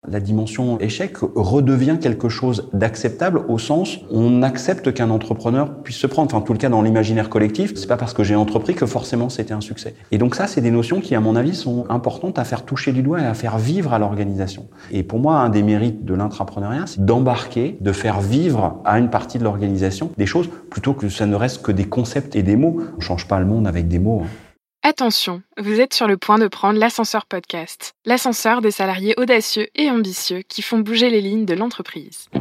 la dimension échec redevient quelque chose d'acceptable au sens où on accepte qu'un entrepreneur puisse se prendre. Enfin, en tout le cas, dans l'imaginaire collectif, c'est pas parce que j'ai entrepris que forcément c'était un succès. Et donc ça, c'est des notions qui, à mon avis, sont importantes à faire toucher du doigt et à faire vivre à l'organisation. Et pour moi, un des mérites de l'intrapreneuriat, c'est d'embarquer, de faire vivre à une partie de l'organisation des choses plutôt que ça ne reste que des concepts et des mots. On change pas le monde avec des mots. Attention, vous êtes sur le point de prendre l'Ascenseur Podcast, l'ascenseur des salariés audacieux et ambitieux qui font bouger les lignes de l'entreprise.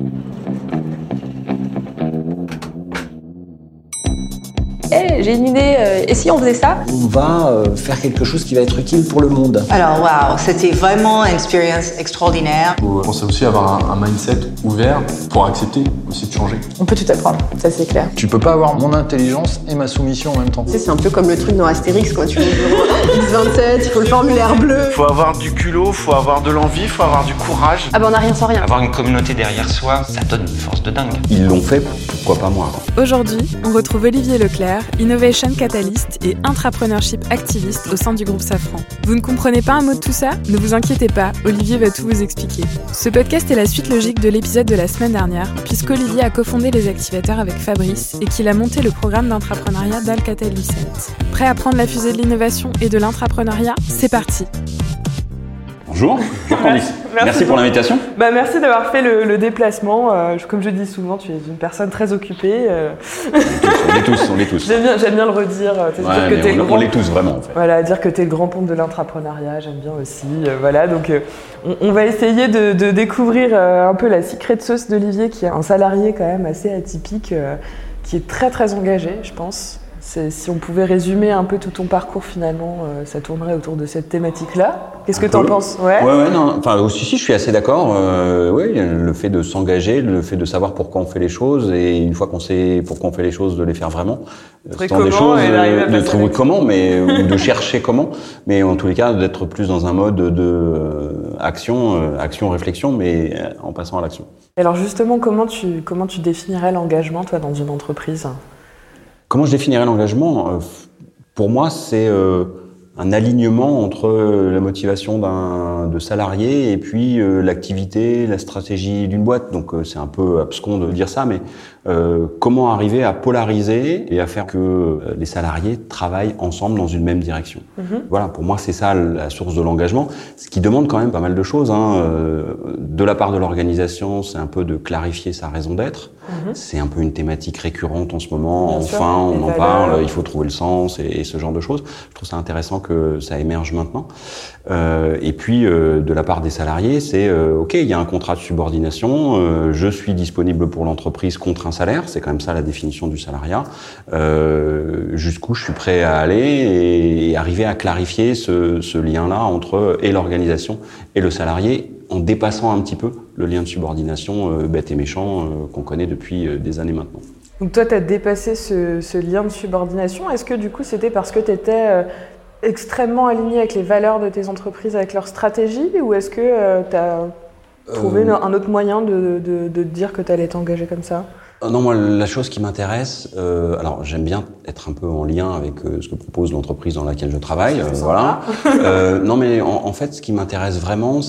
Hey, j'ai une idée, et si on faisait ça? On va faire quelque chose qui va être utile pour le monde. Alors, waouh, c'était vraiment une expérience extraordinaire. Il faut penser aussi à avoir un mindset ouvert pour accepter aussi de changer. On peut tout apprendre, ça c'est clair. Tu peux pas avoir mon intelligence et ma soumission en même temps. Tu sais, c'est un peu comme le truc dans Astérix, quoi. Tu vas au bureau X27, il faut le formulaire bleu. Faut avoir du culot, faut avoir de l'envie, faut avoir du courage. Ah bah on n'a rien sans rien. Avoir une communauté derrière soi, ça donne une force de dingue. Ils l'ont fait, pourquoi pas moi? Aujourd'hui, on retrouve Olivier Leclerc, Innovation Catalyst et Intrapreneurship Activist au sein du groupe Safran. Vous ne comprenez pas un mot de tout ça? Ne vous inquiétez pas, Olivier va tout vous expliquer. Ce podcast est la suite logique de l'épisode de la semaine dernière, puisqu'Olivier a cofondé les activateurs avec Fabrice et qu'il a monté le programme d'intrapreneuriat d'Alcatel Lucent. Prêt à prendre la fusée de l'innovation et de l'intrapreneuriat? C'est parti! Bonjour, Candice. Merci pour l'invitation. Merci d'avoir fait le déplacement. Comme je dis souvent, tu es une personne très occupée. On l'est tous. J'aime bien le redire. On l'est tous vraiment. En fait. Voilà, dire que tu es le grand ponte de l'intrapreneuriat, j'aime bien aussi. Donc on va essayer de découvrir un peu la secret sauce d'Olivier, qui est un salarié quand même assez atypique, qui est très très engagé, je pense. Si on pouvait résumer un peu tout ton parcours, finalement, ça tournerait autour de cette thématique-là. Qu'est-ce que tu en penses? Non. Enfin, aussi, je suis assez d'accord. Oui, le fait de s'engager, le fait de savoir pourquoi on fait les choses, et une fois qu'on sait pourquoi on fait les choses, de les faire vraiment. Trouver des choses, de trouver comment, ou de chercher comment. Mais en tous les cas, d'être plus dans un mode de action, réflexion, mais en passant à l'action. Alors justement, comment tu définirais l'engagement, toi, dans une entreprise? Comment je définirais l'engagement? Pour moi, c'est un alignement entre la motivation de salarié et puis l'activité, la stratégie d'une boîte. Donc c'est un peu abscon de dire ça, mais comment arriver à polariser et à faire que les salariés travaillent ensemble dans une même direction. Voilà, pour moi c'est ça la source de l'engagement, ce qui demande quand même pas mal de choses. De la part de l'organisation, c'est un peu de clarifier sa raison d'être. C'est un peu une thématique récurrente en ce moment. On en parle, il faut trouver le sens et ce genre de choses. Je trouve ça intéressant que ça émerge maintenant. Et puis, de la part des salariés, c'est OK, il y a un contrat de subordination, je suis disponible pour l'entreprise contre un salaire, c'est quand même ça la définition du salariat. Jusqu'où je suis prêt à aller et arriver à clarifier ce lien-là entre et l'organisation et le salarié, en dépassant un petit peu le lien de subordination bête et méchant qu'on connaît depuis des années maintenant. Donc toi, tu as dépassé ce lien de subordination. Est-ce que du coup, c'était parce que tu étais extrêmement aligné avec les valeurs de tes entreprises, avec leur stratégie, ou est-ce que tu as trouvé un autre moyen de dire que tu allais t'engager comme ça? Non, moi, la chose qui m'intéresse, alors j'aime bien être un peu en lien avec ce que propose l'entreprise dans laquelle je travaille, voilà. Non, mais en fait, ce qui m'intéresse vraiment,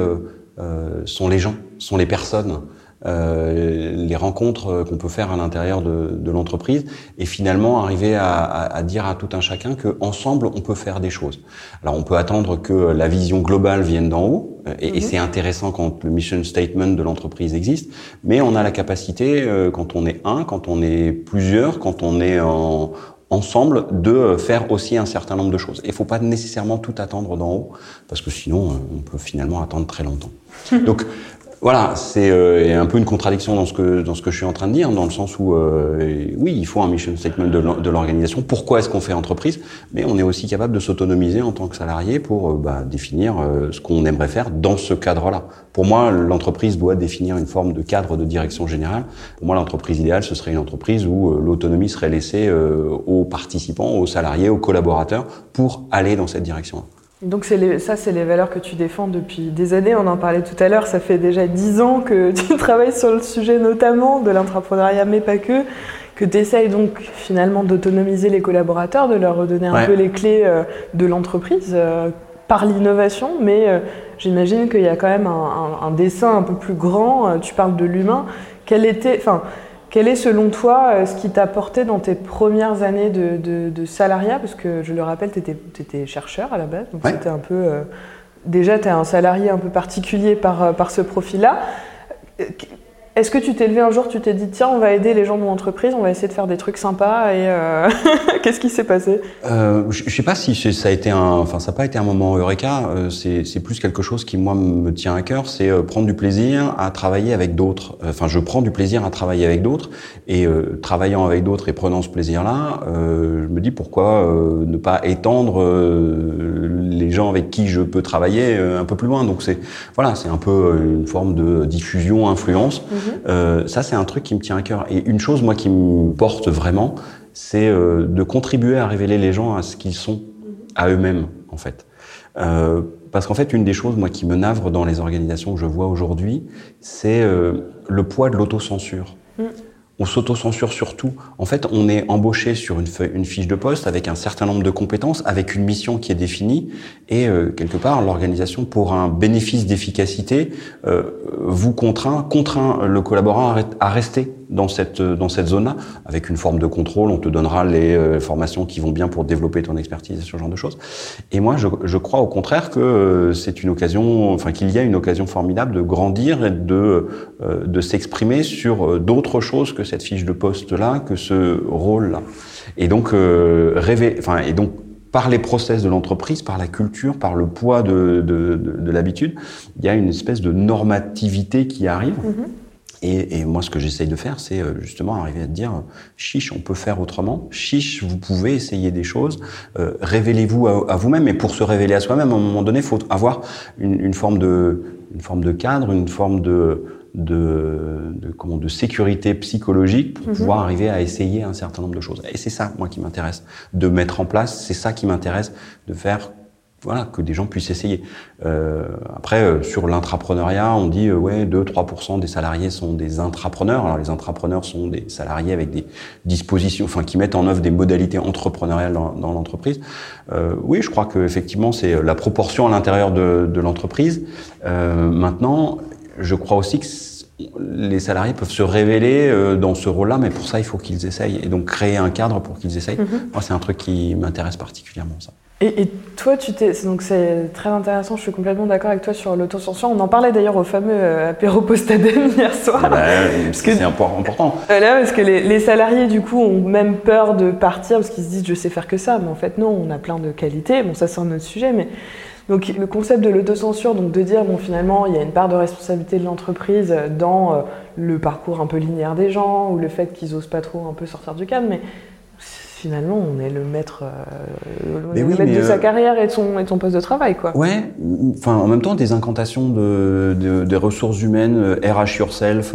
sont les gens, sont les personnes. Les rencontres qu'on peut faire à l'intérieur de l'entreprise et finalement arriver à dire à tout un chacun qu'ensemble on peut faire des choses. Alors on peut attendre que la vision globale vienne d'en haut et c'est intéressant quand le mission statement de l'entreprise existe, mais on a la capacité quand on est quand on est plusieurs, quand on est ensemble, de faire aussi un certain nombre de choses. Il faut pas nécessairement tout attendre d'en haut parce que sinon on peut finalement attendre très longtemps. Donc voilà, c'est un peu une contradiction dans ce que je suis en train de dire, dans le sens où oui, il faut un mission statement de l'organisation. Pourquoi est-ce qu'on fait entreprise? Mais on est aussi capable de s'autonomiser en tant que salarié pour définir ce qu'on aimerait faire dans ce cadre-là. Pour moi, l'entreprise doit définir une forme de cadre de direction générale. Pour moi, l'entreprise idéale, ce serait une entreprise où l'autonomie serait laissée aux participants, aux salariés, aux collaborateurs pour aller dans cette direction-là. Donc c'est les valeurs que tu défends depuis des années, on en parlait tout à l'heure, ça fait déjà 10 ans que tu travailles sur le sujet notamment de l'intrapreneuriat, mais pas que tu essayes donc finalement d'autonomiser les collaborateurs, de leur redonner un peu les clés de l'entreprise par l'innovation, mais j'imagine qu'il y a quand même un dessin un peu plus grand. Tu parles de l'humain. Quel est selon toi ce qui t'a porté dans tes premières années de salariat? Parce que je le rappelle, tu étais chercheur à la base, donc c'était un peu... déjà, tu es un salarié un peu particulier par ce profil-là. Est-ce que tu t'es levé un jour, tu t'es dit tiens, on va aider les gens de mon entreprise, on va essayer de faire des trucs sympas et qu'est-ce qui s'est passé? Je sais pas si ça a été ça n'a pas été un moment eureka. C'est plus quelque chose qui moi me tient à cœur. C'est prendre du plaisir à travailler avec d'autres. Je prends du plaisir à travailler avec d'autres et travaillant avec d'autres et prenant ce plaisir-là, je me dis pourquoi ne pas étendre les gens avec qui je peux travailler un peu plus loin. Donc c'est un peu une forme de diffusion, influence. Ça, c'est un truc qui me tient à cœur. Et une chose, moi, qui me porte vraiment, c'est de contribuer à révéler les gens à ce qu'ils sont, à eux-mêmes, en fait. Parce qu'en fait, une des choses, moi, qui me navre dans les organisations que je vois aujourd'hui, c'est le poids de l'autocensure. On s'autocensure sur tout. En fait, on est embauché sur une fiche de poste avec un certain nombre de compétences, avec une mission qui est définie, et quelque part, l'organisation, pour un bénéfice d'efficacité, vous contraint le collaborateur à rester dans cette zone-là, avec une forme de contrôle. On te donnera les formations qui vont bien pour développer ton expertise et ce genre de choses. Et moi, je crois au contraire que c'est une occasion, qu'il y a une occasion formidable de grandir et de s'exprimer sur d'autres choses que cette fiche de poste-là, que ce rôle-là. Et donc, par les process de l'entreprise, par la culture, par le poids de l'habitude, il y a une espèce de normativité qui arrive. Et moi, ce que j'essaye de faire, c'est justement arriver à dire chiche, on peut faire autrement. Chiche, vous pouvez essayer des choses. Révélez-vous à vous-même. Et pour se révéler à soi-même, à un moment donné, il faut avoir une forme de cadre, une forme de sécurité psychologique pour pouvoir arriver à essayer un certain nombre de choses. Et c'est ça, moi, qui m'intéresse de mettre en place. C'est ça qui m'intéresse de faire. Que des gens puissent essayer. Après, sur l'intrapreneuriat, on dit 2-3% des salariés sont des intrapreneurs. Alors les intrapreneurs sont des salariés avec des dispositions, qui mettent en œuvre des modalités entrepreneuriales dans l'entreprise. Oui, je crois que effectivement c'est la proportion à l'intérieur de l'entreprise. Maintenant, je crois aussi que les salariés peuvent se révéler dans ce rôle-là, mais pour ça, il faut qu'ils essayent. Et donc créer un cadre pour qu'ils essayent. Moi, c'est un truc qui m'intéresse particulièrement, ça. Et toi, donc c'est très intéressant, je suis complètement d'accord avec toi sur l'autocensure. On en parlait d'ailleurs au fameux apéro post-ADEME hier soir. C'est important. Parce que les salariés, du coup, ont même peur de partir parce qu'ils se disent « je sais faire que ça », mais en fait non, on a plein de qualités. Bon, ça c'est un autre sujet, mais... Donc le concept de l'autocensure, donc de dire finalement il y a une part de responsabilité de l'entreprise dans le parcours un peu linéaire des gens ou le fait qu'ils osent pas trop un peu sortir du cadre, mais finalement on est le maître, de sa carrière et de son poste de travail, quoi. Ouais, en même temps des incantations des ressources humaines, RH yourself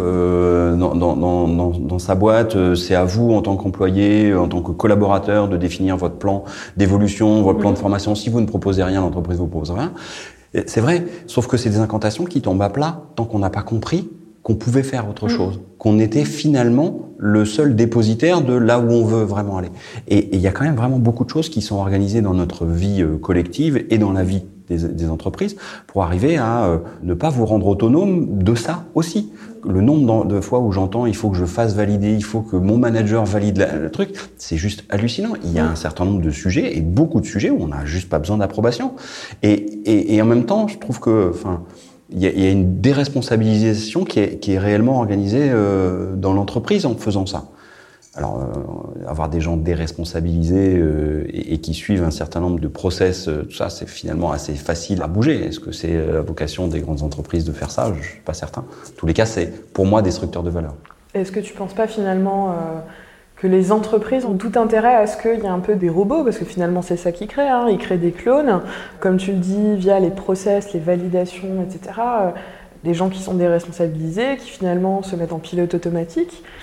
dans sa boîte, c'est à vous en tant qu'employé, en tant que collaborateur de définir votre plan d'évolution, votre plan de formation. Si vous ne proposez rien, l'entreprise vous propose rien. C'est vrai, sauf que c'est des incantations qui tombent à plat tant qu'on n'a pas compris qu'on pouvait faire autre chose, qu'on était finalement le seul dépositaire de là où on veut vraiment aller. Et il y a quand même vraiment beaucoup de choses qui sont organisées dans notre vie collective et dans la vie des entreprises pour arriver à ne pas vous rendre autonome de ça aussi. Le nombre de fois où j'entends il faut que je fasse valider, il faut que mon manager valide le truc, c'est juste hallucinant. Il y a un certain nombre de sujets et beaucoup de sujets où on n'a juste pas besoin d'approbation. Et en même temps, je trouve que il y a une déresponsabilisation qui est réellement organisée dans l'entreprise en faisant ça. Alors, avoir des gens déresponsabilisés et qui suivent un certain nombre de process, tout ça, c'est finalement assez facile à bouger. Est-ce que c'est la vocation des grandes entreprises de faire ça? Je suis pas certain. En tous les cas, c'est pour moi destructeur de valeur. Est-ce que tu penses pas finalement que les entreprises ont tout intérêt à ce qu'il y ait un peu des robots, parce que finalement c'est ça qu'ils créent, ils créent des clones, comme tu le dis, via les process, les validations, etc. Des gens qui sont déresponsabilisés, qui finalement se mettent en pilote automatique.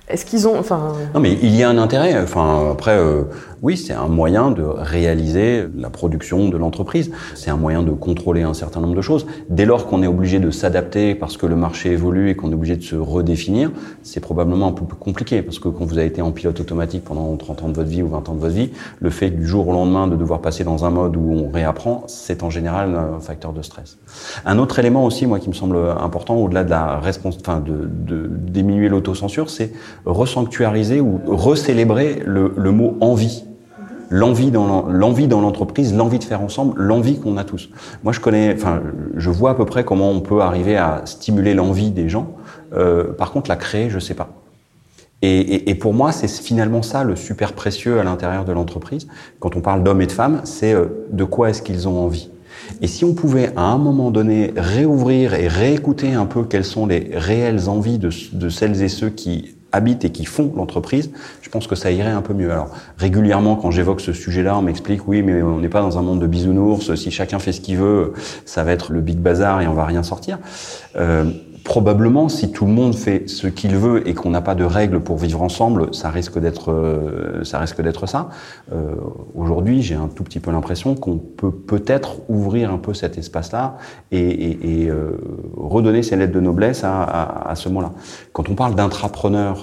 Est-ce qu'ils ont, Non, mais il y a un intérêt. Après, oui, c'est un moyen de réaliser la production de l'entreprise. C'est un moyen de contrôler un certain nombre de choses. Dès lors qu'on est obligé de s'adapter parce que le marché évolue et qu'on est obligé de se redéfinir, c'est probablement un peu plus compliqué. Parce que quand vous avez été en pilote automatique pendant 30 ans de votre vie ou 20 ans de votre vie, le fait du jour au lendemain de devoir passer dans un mode où on réapprend, c'est en général un facteur de stress. Un autre élément aussi, moi, qui me semble important, au-delà de la de diminuer l'autocensure, c'est resanctuariser ou recélébrer le mot envie. L'envie dans l'entreprise, l'envie de faire ensemble, l'envie qu'on a tous. Moi, je vois à peu près comment on peut arriver à stimuler l'envie des gens. Par contre, la créer, je sais pas. Et pour moi, c'est finalement ça le super précieux à l'intérieur de l'entreprise. Quand on parle d'hommes et de femmes, c'est de quoi est-ce qu'ils ont envie. Et si on pouvait, à un moment donné, réouvrir et réécouter un peu quelles sont les réelles envies de celles et ceux qui habitent et qui font l'entreprise, je pense que ça irait un peu mieux. Alors, régulièrement, quand j'évoque ce sujet-là, on m'explique, oui, mais on n'est pas dans un monde de bisounours, si chacun fait ce qu'il veut, ça va être le big bazar et on va rien sortir. Probablement, si tout le monde fait ce qu'il veut et qu'on n'a pas de règles pour vivre ensemble, ça risque d'être ça. Aujourd'hui, j'ai un tout petit peu l'impression qu'on peut peut-être ouvrir un peu cet espace-là et redonner ses lettres de noblesse à ce moment-là. Quand on parle d'intrapreneureux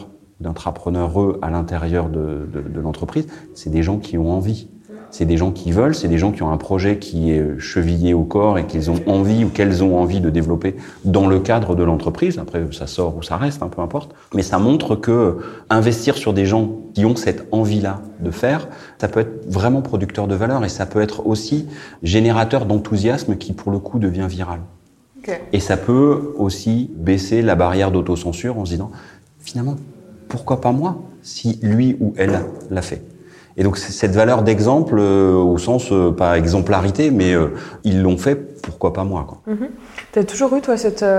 à l'intérieur de l'entreprise, c'est des gens qui ont envie. C'est des gens qui veulent, c'est des gens qui ont un projet qui est chevillé au corps et qu'ils ont envie ou qu'elles ont envie de développer dans le cadre de l'entreprise. Après, ça sort ou ça reste, peu importe. Mais ça montre que investir sur des gens qui ont cette envie-là de faire, ça peut être vraiment producteur de valeur et ça peut être aussi générateur d'enthousiasme qui, pour le coup, devient viral. Okay. Et ça peut aussi baisser la barrière d'autocensure en se disant, finalement, pourquoi pas moi, si lui ou elle l'a fait? Et donc cette valeur d'exemple, au sens pas exemplarité, mais ils l'ont fait, pourquoi pas moi, quoi. T'as toujours eu toi cette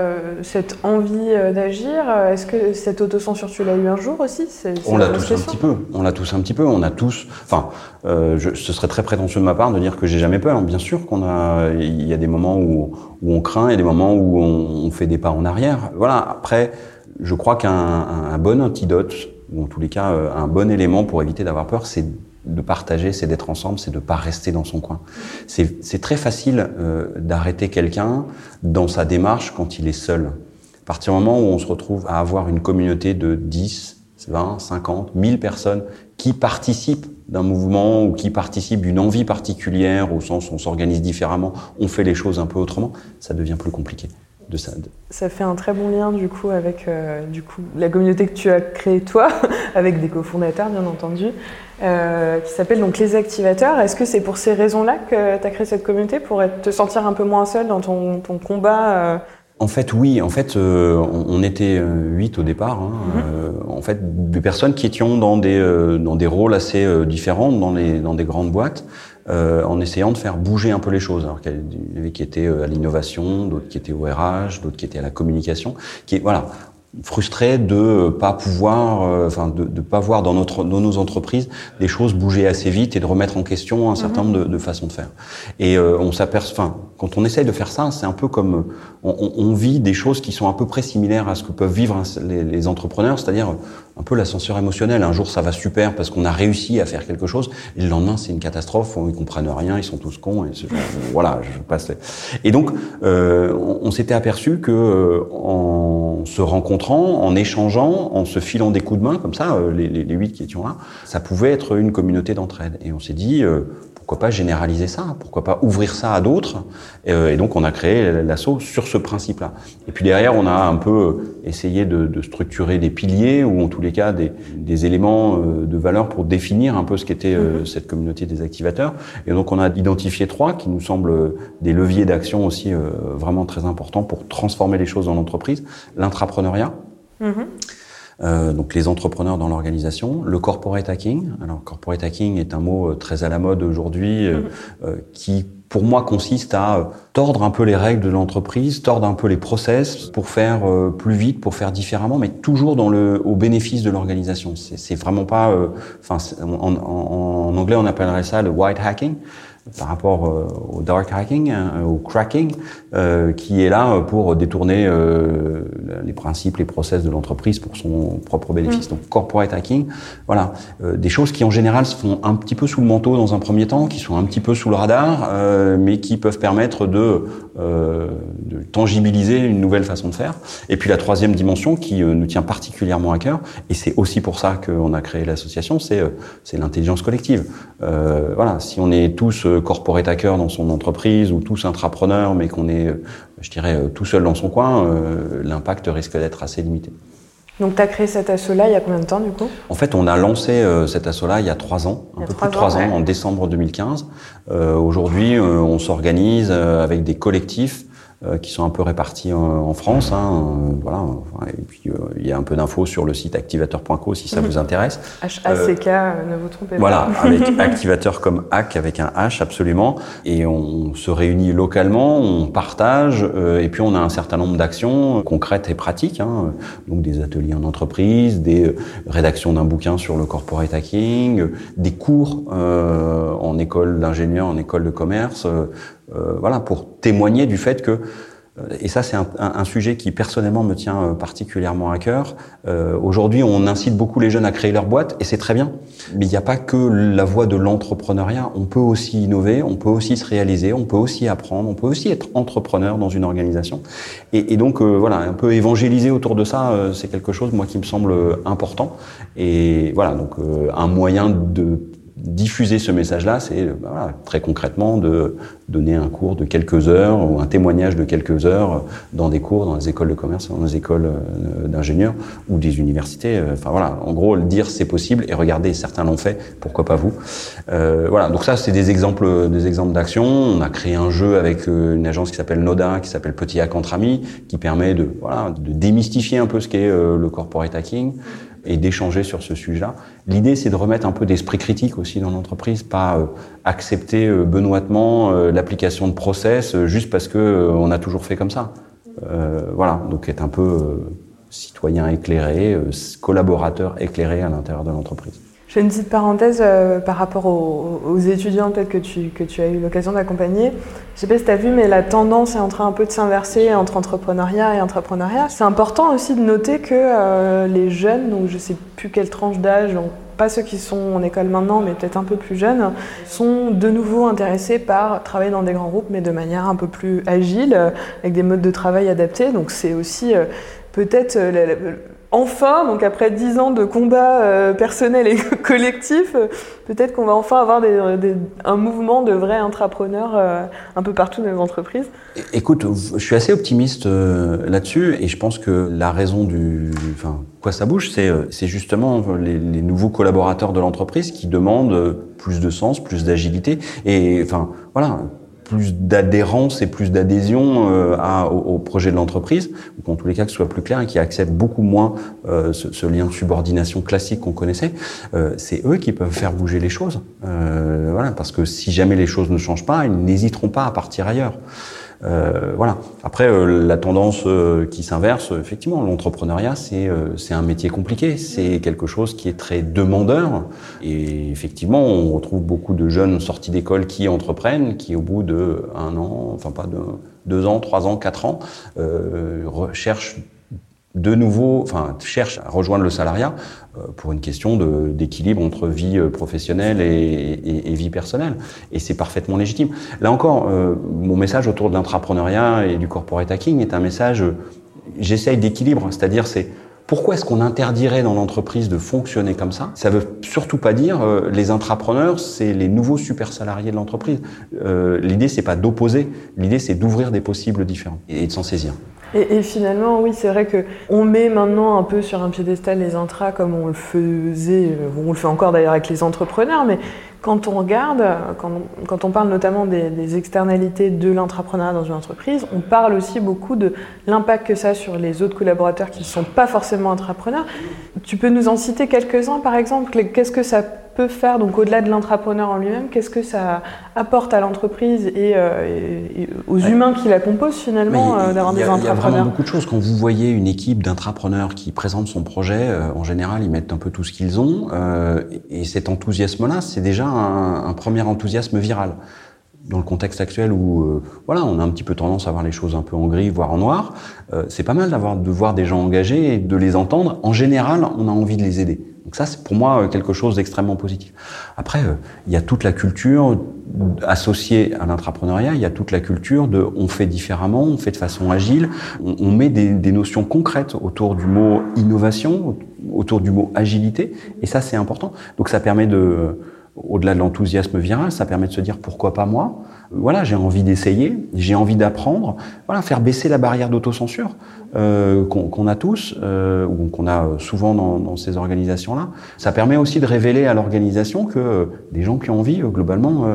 envie d'agir. Est-ce que cette autocensure tu l'as eu un jour aussi? On l'a tous un petit peu. On a tous. Enfin, ce serait très prétentieux de ma part de dire que j'ai jamais peur. Bien sûr il y a des moments où on craint, il y a des moments où on fait des pas en arrière. Voilà. Après, je crois qu'un bon antidote, ou en tous les cas un bon élément pour éviter d'avoir peur, c'est de partager, c'est d'être ensemble, c'est de pas rester dans son coin. C'est très facile d'arrêter quelqu'un dans sa démarche quand il est seul. À partir du moment où on se retrouve à avoir une communauté de 10, 20, 50, 1000 personnes qui participent d'un mouvement ou qui participent d'une envie particulière, au sens où on s'organise différemment, on fait les choses un peu autrement, ça devient plus compliqué. Ça fait un très bon lien du coup avec la communauté que tu as créée toi, avec des cofondateurs bien entendu, qui s'appelle donc les activateurs. Est-ce que c'est pour ces raisons-là que tu as créé cette communauté, pour te sentir un peu moins seul dans ton combat En fait, oui. En fait, on était 8 au départ. En fait, des personnes qui étions dans des rôles assez différents dans des grandes boîtes. En essayant de faire bouger un peu les choses. Alors qu'il y avait qui étaient à l'innovation, d'autres qui étaient au RH, d'autres qui étaient à la communication, frustrés de pas pouvoir, de pas voir dans nos entreprises des choses bouger assez vite et de remettre en question un certain nombre de façons de faire. Et on s'aperçoit, quand on essaye de faire ça, c'est un peu comme on vit des choses qui sont à peu près similaires à ce que peuvent vivre les entrepreneurs, c'est-à-dire un peu l'ascenseur émotionnel. Un jour, ça va super parce qu'on a réussi à faire quelque chose, et le lendemain, c'est une catastrophe, ils comprennent rien, ils sont tous cons, et voilà, je passe. Et donc, on s'était aperçu que en se rencontrant, en échangeant, en se filant des coups de main, comme ça, les 8 qui étions là, ça pouvait être une communauté d'entraide. Et on s'est dit, pourquoi pas généraliser ça? Pourquoi pas ouvrir ça à d'autres? Et donc, on a créé l'asso sur ce principe-là. Et puis derrière, on a un peu essayé de structurer des piliers, ou en tous les cas, des éléments de valeur pour définir un peu ce qu'était cette communauté des activateurs. Et donc, on a identifié 3 qui nous semblent des leviers d'action aussi vraiment très importants pour transformer les choses dans l'entreprise. L'intrapreneuriat. Donc les entrepreneurs dans l'organisation, le corporate hacking. Alors corporate hacking est un mot très à la mode aujourd'hui, qui pour moi consiste à tordre un peu les règles de l'entreprise, tordre un peu les process pour faire plus vite, pour faire différemment, mais toujours au bénéfice de l'organisation. C'est vraiment pas, en anglais on appellerait ça le white hacking, par rapport au dark hacking, au cracking, qui est là pour détourner les principes, les process de l'entreprise pour son propre bénéfice. Donc corporate hacking, voilà, des choses qui en général se font un petit peu sous le manteau dans un premier temps, qui sont un petit peu sous le radar, mais qui peuvent permettre de tangibiliser une nouvelle façon de faire. Et puis la troisième dimension qui nous tient particulièrement à cœur, et c'est aussi pour ça qu'on a créé l'association, c'est l'intelligence collective. Voilà, si on est tous corporate hackers dans son entreprise ou tous intrapreneurs, mais qu'on est, je dirais, tout seul dans son coin, l'impact risque d'être assez limité. Donc tu as créé cet asso-là il y a combien de temps du coup ? En fait, on a lancé cet asso-là il y a 3 ans, un peu plus de 3 ans, en décembre 2015. Aujourd'hui, on s'organise avec des collectifs qui sont un peu répartis en France. Voilà. Et puis, il y a un peu d'infos sur le site activateur.co si ça vous intéresse. HACK, ne vous trompez pas. Voilà, avec activateur comme hack, avec un H, absolument. Et on se réunit localement, on partage, et puis on a un certain nombre d'actions concrètes et pratiques. Donc des ateliers en entreprise, des rédactions d'un bouquin sur le corporate hacking, des cours en école d'ingénieur, en école de commerce, voilà, pour témoigner du fait que, et ça c'est un sujet qui personnellement me tient particulièrement à cœur, aujourd'hui on incite beaucoup les jeunes à créer leur boîte, et c'est très bien, mais il n'y a pas que la voie de l'entrepreneuriat, on peut aussi innover, on peut aussi se réaliser, on peut aussi apprendre, on peut aussi être entrepreneur dans une organisation, et donc voilà, un peu évangéliser autour de ça, c'est quelque chose moi qui me semble important, et voilà, donc un moyen de diffuser ce message-là, c'est voilà, très concrètement de donner un cours de quelques heures ou un témoignage de quelques heures dans des cours, dans les écoles de commerce, dans les écoles d'ingénieurs ou des universités. Enfin voilà, en gros, le dire c'est possible et regardez, certains l'ont fait, pourquoi pas vous. Voilà, donc ça c'est des exemples d'actions. On a créé un jeu avec une agence qui s'appelle Noda, qui s'appelle Petit Hack entre amis, qui permet de démystifier un peu ce qu'est le corporate hacking et d'échanger sur ce sujet-là. L'idée, c'est de remettre un peu d'esprit critique aussi dans l'entreprise, pas accepter benoîtement l'application de process juste parce que on a toujours fait comme ça. Voilà, donc être un peu citoyen éclairé, collaborateur éclairé à l'intérieur de l'entreprise. Je fais une petite parenthèse par rapport aux étudiants peut-être que tu as eu l'occasion d'accompagner. Je sais pas si tu as vu, mais la tendance est en train un peu de s'inverser entre entrepreneuriat et intrapreneuriat. C'est important aussi de noter que les jeunes, donc je sais plus quelle tranche d'âge, donc pas ceux qui sont en école maintenant, mais peut-être un peu plus jeunes, sont de nouveau intéressés par travailler dans des grands groupes, mais de manière un peu plus agile, avec des modes de travail adaptés. Donc c'est aussi peut-être... Enfin, donc après 10 ans de combats personnels et collectifs, peut-être qu'on va enfin avoir un mouvement de vrais intrapreneurs un peu partout dans les entreprises. Écoute, je suis assez optimiste là-dessus, et je pense que la raison quoi ça bouge, c'est justement les nouveaux collaborateurs de l'entreprise qui demandent plus de sens, plus d'agilité, et enfin voilà, plus d'adhérence et plus d'adhésion au projet de l'entreprise, ou qu'en tous les cas que ce soit plus clair et qui acceptent beaucoup moins ce lien de subordination classique qu'on connaissait. C'est eux qui peuvent faire bouger les choses, voilà, parce que si jamais les choses ne changent pas, ils n'hésiteront pas à partir ailleurs. Voilà. Après, la tendance qui s'inverse, effectivement, l'entrepreneuriat, c'est un métier compliqué, c'est quelque chose qui est très demandeur, et effectivement, on retrouve beaucoup de jeunes sortis d'école qui entreprennent, qui au bout de 1 an, enfin pas de 2 ans, 3 ans, 4 ans, cherchent à rejoindre le salariat pour une question d'équilibre entre vie professionnelle et vie personnelle. Et c'est parfaitement légitime. Là encore, mon message autour de l'intrapreneuriat et du corporate hacking est un message, j'essaye d'équilibre, c'est-à-dire pourquoi est-ce qu'on interdirait dans l'entreprise de fonctionner comme ça ? Ça veut surtout pas dire les intrapreneurs, c'est les nouveaux super salariés de l'entreprise. L'idée, c'est pas d'opposer, l'idée, c'est d'ouvrir des possibles différents et de s'en saisir. Et finalement, oui, c'est vrai qu'on met maintenant un peu sur un piédestal les intras comme on le faisait, on le fait encore d'ailleurs avec les entrepreneurs, mais quand on regarde, quand on parle notamment des externalités de l'intrapreneuriat dans une entreprise, on parle aussi beaucoup de l'impact que ça a sur les autres collaborateurs qui ne sont pas forcément intrapreneurs. Tu peux nous en citer quelques-uns par exemple ? Qu'est-ce que ça peut faire, donc au-delà de l'intrapreneur en lui-même, qu'est-ce que ça apporte à l'entreprise et aux humains qui la composent finalement d'avoir des intrapreneurs ? Il y a vraiment beaucoup de choses. Quand vous voyez une équipe d'intrapreneurs qui présente son projet, en général, ils mettent un peu tout ce qu'ils ont, et cet enthousiasme-là, c'est déjà un premier enthousiasme viral. dans le contexte actuel où on a un petit peu tendance à voir les choses un peu en gris, voire en noir, c'est pas mal de voir des gens engagés et de les entendre. En général, on a envie de les aider. Donc ça, c'est pour moi quelque chose d'extrêmement positif. Après, il y a toute la culture associée à l'entrepreneuriat, il y a toute la culture de on fait différemment, on fait de façon agile, on met des notions concrètes autour du mot innovation, autour du mot agilité, et ça, c'est important. Donc ça permet au-delà de l'enthousiasme viral, ça permet de se dire pourquoi pas moi. J'ai envie d'essayer, j'ai envie d'apprendre. Faire baisser la barrière d'autocensure qu'on a tous, ou qu'on a souvent dans ces organisations-là. Ça permet aussi de révéler à l'organisation que des gens qui ont envie, globalement,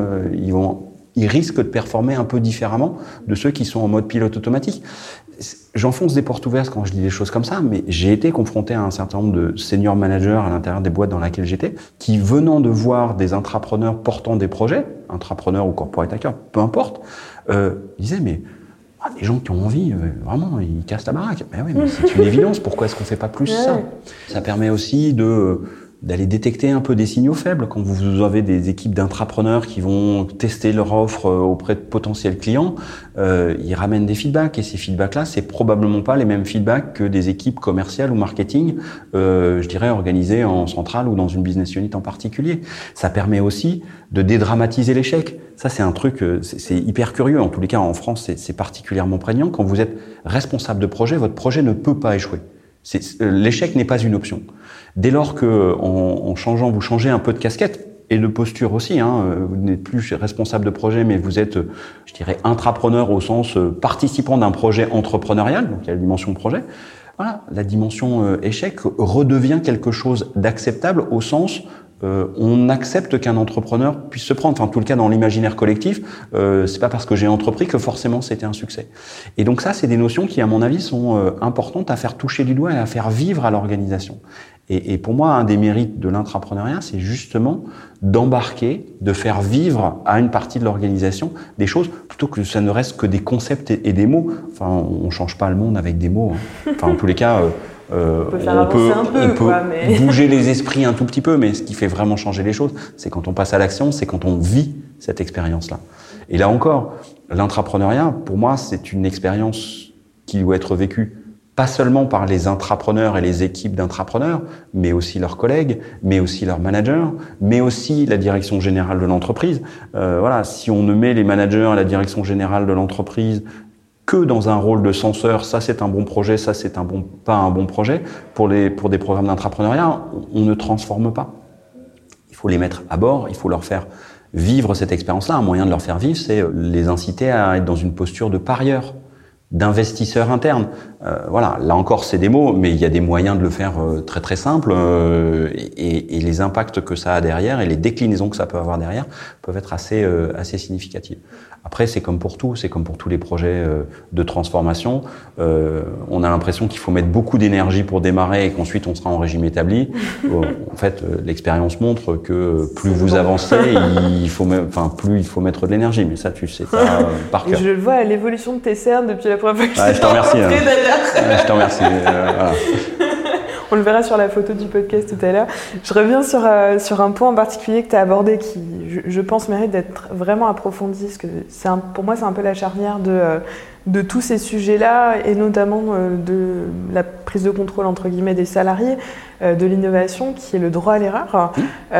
ils risquent de performer un peu différemment de ceux qui sont en mode pilote automatique. J'enfonce des portes ouvertes quand je dis des choses comme ça, mais j'ai été confronté à un certain nombre de senior managers à l'intérieur des boîtes dans lesquelles j'étais, qui venant de voir des intrapreneurs portant des projets, intrapreneurs ou corporate hackers, peu importe, disaient mais des gens qui ont envie, vraiment, ils cassent la baraque. Mais oui, mais c'est une évidence, pourquoi est-ce qu'on fait pas plus ça ? Ça permet aussi d'aller détecter un peu des signaux faibles quand vous avez des équipes d'intrapreneurs qui vont tester leur offre auprès de potentiels clients, ils ramènent des feedbacks et ces feedbacks-là, c'est probablement pas les mêmes feedbacks que des équipes commerciales ou marketing, je dirais organisées en centrale ou dans une business unit en particulier. Ça permet aussi de dédramatiser l'échec. Ça, c'est un truc, c'est hyper curieux. En tous les cas, en France, c'est particulièrement prégnant. Quand vous êtes responsable de projet, votre projet ne peut pas échouer. L'échec n'est pas une option. Dès lors que, en changeant, vous changez un peu de casquette et de posture aussi, vous n'êtes plus responsable de projet, mais vous êtes, je dirais, intrapreneur au sens participant d'un projet entrepreneurial, donc il y a la dimension projet. La dimension échec redevient quelque chose d'acceptable au sens on accepte qu'un entrepreneur puisse se prendre. Enfin, en tout le cas, dans l'imaginaire collectif, c'est pas parce que j'ai entrepris que forcément c'était un succès. Et donc ça, c'est des notions qui, à mon avis, sont importantes à faire toucher du doigt et à faire vivre à l'organisation. Et pour moi, un des mérites de l'intrapreneuriat, c'est justement d'embarquer, de faire vivre à une partie de l'organisation des choses, plutôt que ça ne reste que des concepts et des mots. Enfin, on change pas le monde avec des mots. Enfin, en tous les cas, on peut bouger les esprits un tout petit peu, mais ce qui fait vraiment changer les choses, c'est quand on passe à l'action, c'est quand on vit cette expérience-là. Et là encore, l'intrapreneuriat, pour moi, c'est une expérience qui doit être vécue pas seulement par les intrapreneurs et les équipes d'intrapreneurs, mais aussi leurs collègues, mais aussi leurs managers, mais aussi la direction générale de l'entreprise. Si on ne met les managers et la direction générale de l'entreprise que dans un rôle de censeur, ça c'est un bon projet, ça c'est pas un bon projet, pour des programmes d'intrapreneuriat, on ne transforme pas. Il faut les mettre à bord, il faut leur faire vivre cette expérience-là. Un moyen de leur faire vivre, c'est les inciter à être dans une posture de parieur, d'investisseurs internes. Là encore, c'est des mots, mais il y a des moyens de le faire très très simples et les impacts que ça a derrière et les déclinaisons que ça peut avoir derrière peuvent être assez significatives. Après, c'est comme pour tout, c'est comme pour tous les projets de transformation. On a l'impression qu'il faut mettre beaucoup d'énergie pour démarrer et qu'ensuite on sera en régime établi. En fait, l'expérience montre que plus vous avancez, plus il faut mettre de l'énergie. Mais ça, tu sais ça par cœur. Je le vois à l'évolution de tes cernes depuis la première fois que je t'ai rencontré d'ailleurs. Je te remercie. Voilà. On le verra sur la photo du podcast tout à l'heure. Je reviens sur un point en particulier que tu as abordé qui, je pense, mérite d'être vraiment approfondi. Parce que pour moi, c'est un peu la charnière de tous ces sujets-là et notamment de la prise de contrôle, entre guillemets, des salariés, de l'innovation, qui est le droit à l'erreur.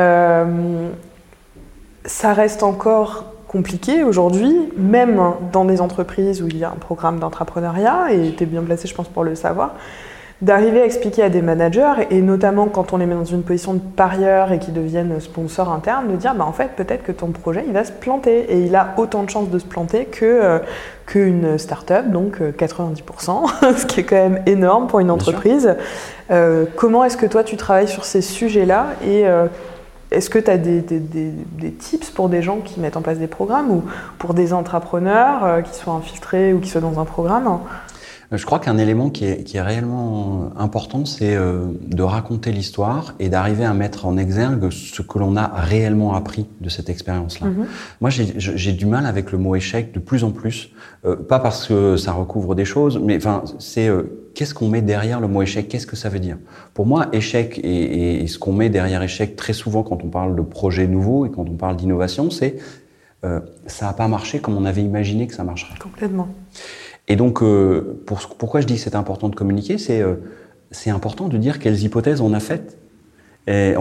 Ça reste encore compliqué aujourd'hui, même dans des entreprises où il y a un programme d'entrepreneuriat, et tu es bien placé, je pense, pour le savoir, d'arriver à expliquer à des managers, et notamment quand on les met dans une position de parieur et qu'ils deviennent sponsors internes, de dire en fait, peut-être que ton projet, il va se planter, et il a autant de chances de se planter qu'une start-up, donc 90%, ce qui est quand même énorme pour une entreprise. Comment est-ce que toi, tu travailles sur ces sujets-là, et est-ce que tu as des tips pour des gens qui mettent en place des programmes, ou pour des entrepreneurs qui soient infiltrés ou qui soient dans un programme ? Je crois qu'un élément qui est réellement important, c'est de raconter l'histoire et d'arriver à mettre en exergue ce que l'on a réellement appris de cette expérience-là. Moi, j'ai du mal avec le mot échec de plus en plus, pas parce que ça recouvre des choses, mais c'est qu'est-ce qu'on met derrière le mot échec, qu'est-ce que ça veut dire ? Pour moi, échec et ce qu'on met derrière échec très souvent quand on parle de projet nouveau et quand on parle d'innovation, c'est ça n'a pas marché comme on avait imaginé que ça marcherait. Complètement. Et donc, pourquoi je dis que c'est important de communiquer, c'est important de dire quelles hypothèses on a fait, et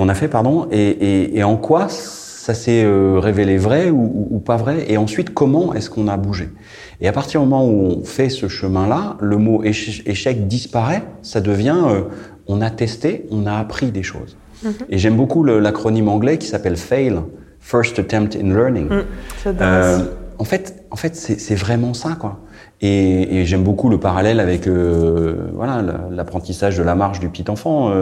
en quoi ça s'est révélé vrai ou pas vrai, et ensuite comment est-ce qu'on a bougé. Et à partir du moment où on fait ce chemin-là, le mot échec disparaît, ça devient on a testé, on a appris des choses. Et j'aime beaucoup l'acronyme anglais qui s'appelle FAIL, First Attempt in Learning. En fait, c'est vraiment ça, quoi. Et j'aime beaucoup le parallèle avec l'apprentissage de la marche du petit enfant.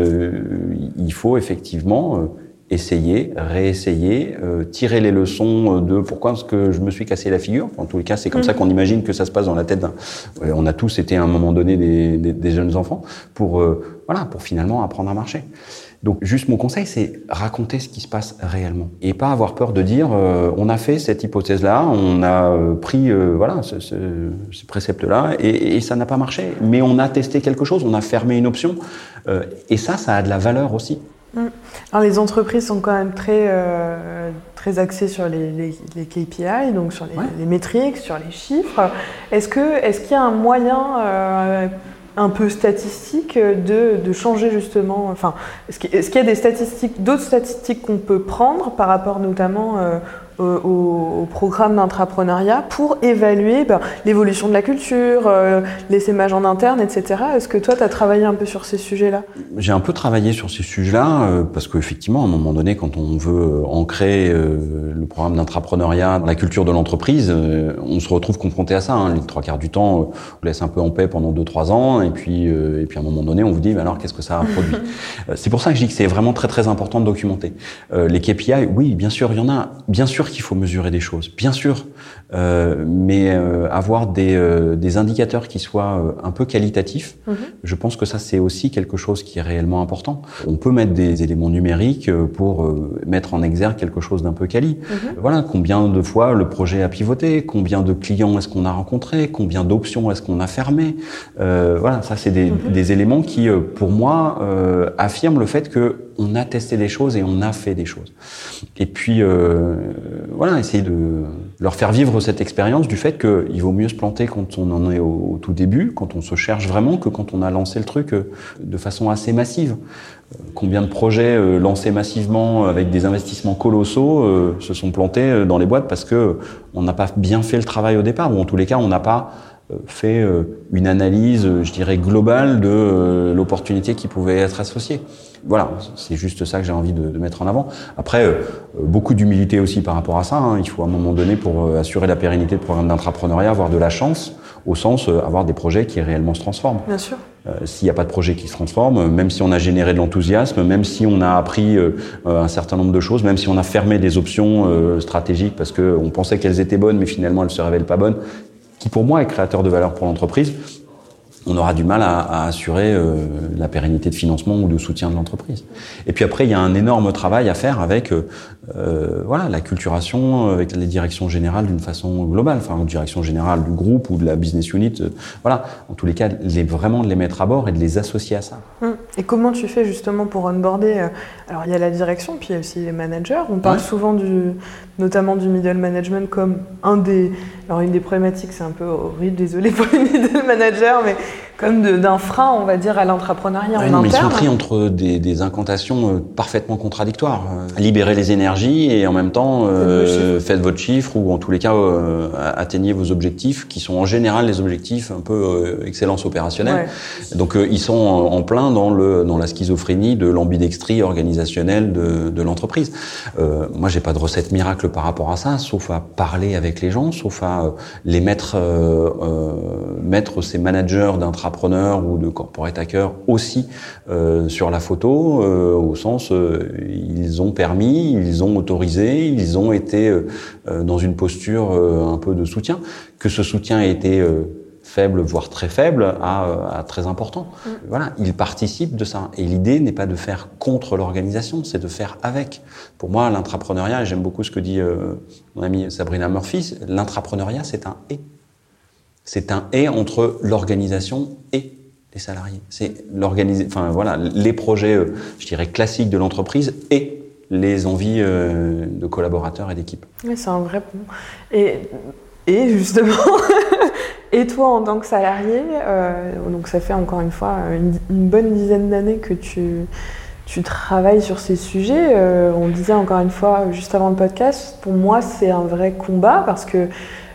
Il faut effectivement essayer, réessayer, tirer les leçons de pourquoi est-ce que je me suis cassé la figure. En tous les cas, c'est comme ça qu'on imagine que ça se passe dans la tête d'un... On a tous été à un moment donné des jeunes enfants pour finalement apprendre à marcher. Donc, juste mon conseil, c'est raconter ce qui se passe réellement. Et pas avoir peur de dire, on a fait cette hypothèse-là, on a pris ce précepte-là, et ça n'a pas marché. Mais on a testé quelque chose, on a fermé une option. Et ça a de la valeur aussi. Alors, les entreprises sont quand même très axées sur les KPI, donc sur les métriques, sur les chiffres. Est-ce qu'il y a un moyen un peu statistique de changer justement, est-ce qu'il y a d'autres statistiques qu'on peut prendre par rapport notamment au programme d'entrepreneuriat pour évaluer l'évolution de la culture, l'essaimage en interne, etc. Est-ce que toi, tu as travaillé un peu sur ces sujets-là ? J'ai un peu travaillé sur ces sujets-là parce qu'effectivement, à un moment donné, quand on veut ancrer le programme d'entrepreneuriat dans la culture de l'entreprise, on se retrouve confronté à ça. Les 3/4 du temps, on vous laisse un peu en paix pendant 2-3 ans et puis à un moment donné, on vous dit mais alors qu'est-ce que ça a produit ? C'est pour ça que je dis que c'est vraiment très très important de documenter. Les KPI, oui, bien sûr, il y en a. Bien sûr qu'il faut mesurer des choses, bien sûr, mais avoir des indicateurs qui soient un peu qualitatifs, je pense que ça c'est aussi quelque chose qui est réellement important. On peut mettre des éléments numériques pour mettre en exergue quelque chose d'un peu quali. Voilà, combien de fois le projet a pivoté, combien de clients est-ce qu'on a rencontré, combien d'options est-ce qu'on a fermées. Voilà, ça c'est des éléments qui, pour moi, affirment le fait que on a testé des choses et on a fait des choses. Et puis, essayer de leur faire vivre cette expérience du fait qu'il vaut mieux se planter quand on en est au tout début, quand on se cherche vraiment, que quand on a lancé le truc de façon assez massive. Combien de projets lancés massivement avec des investissements colossaux se sont plantés dans les boîtes parce que on n'a pas bien fait le travail au départ, ou en tous les cas, on n'a pas fait une analyse, je dirais, globale de l'opportunité qui pouvait être associée. Voilà, c'est juste ça que j'ai envie de mettre en avant. Après, beaucoup d'humilité aussi par rapport à ça. Il faut à un moment donné, pour assurer la pérennité de programme d'entrepreneuriat, avoir de la chance, au sens avoir des projets qui réellement se transforment. Bien sûr. S'il n'y a pas de projet qui se transforme, même si on a généré de l'enthousiasme, même si on a appris un certain nombre de choses, même si on a fermé des options stratégiques parce qu'on pensait qu'elles étaient bonnes, mais finalement elles ne se révèlent pas bonnes, qui pour moi est créateur de valeur pour l'entreprise, on aura du mal à assurer la pérennité de financement ou de soutien de l'entreprise. Et puis après, il y a un énorme travail à faire avec la culturation, avec les directions générales d'une façon globale, enfin la direction générale du groupe ou de la business unit. En tous les cas, vraiment de les mettre à bord et de les associer à ça. Et comment tu fais justement pour onboarder ? Alors il y a la direction, puis il y a aussi les managers. On parle souvent notamment du middle management comme une des problématiques, c'est un peu horrible, désolé pour les middle managers, mais comme d'un frein, on va dire, à l'entrepreneuriat en interne. Mais ils sont pris entre des incantations parfaitement contradictoires. Libérez les énergies et en même temps faites votre chiffre ou en tous les cas atteignez vos objectifs qui sont en général les objectifs un peu excellence opérationnelle. Ouais. Donc ils sont en plein dans la schizophrénie de l'ambidextrie organisationnelle de l'entreprise. Moi j'ai pas de recette miracle par rapport à ça, sauf à parler avec les gens, sauf à les mettre ces managers d'intrapreneurs ou de corporate hackers aussi sur la photo, au sens ils ont permis, ils ont autorisé, ils ont été dans une posture un peu de soutien, que ce soutien ait été faible, voire très faible, à très important. Voilà, ils participent de ça. Et l'idée n'est pas de faire contre l'organisation, c'est de faire avec. Pour moi, l'intrapreneuriat, et j'aime beaucoup ce que dit mon amie Sabrina Murphy, l'intrapreneuriat, c'est un « et ». C'est un « et » entre l'organisation et les salariés. C'est les projets, je dirais, classiques de l'entreprise et les envies de collaborateurs et d'équipe. Oui, c'est un vrai point. Et justement, et toi en tant que salarié, donc ça fait encore une fois une bonne dizaine d'années que tu travailles sur ces sujets. On disait encore une fois juste avant le podcast, pour moi c'est un vrai combat parce que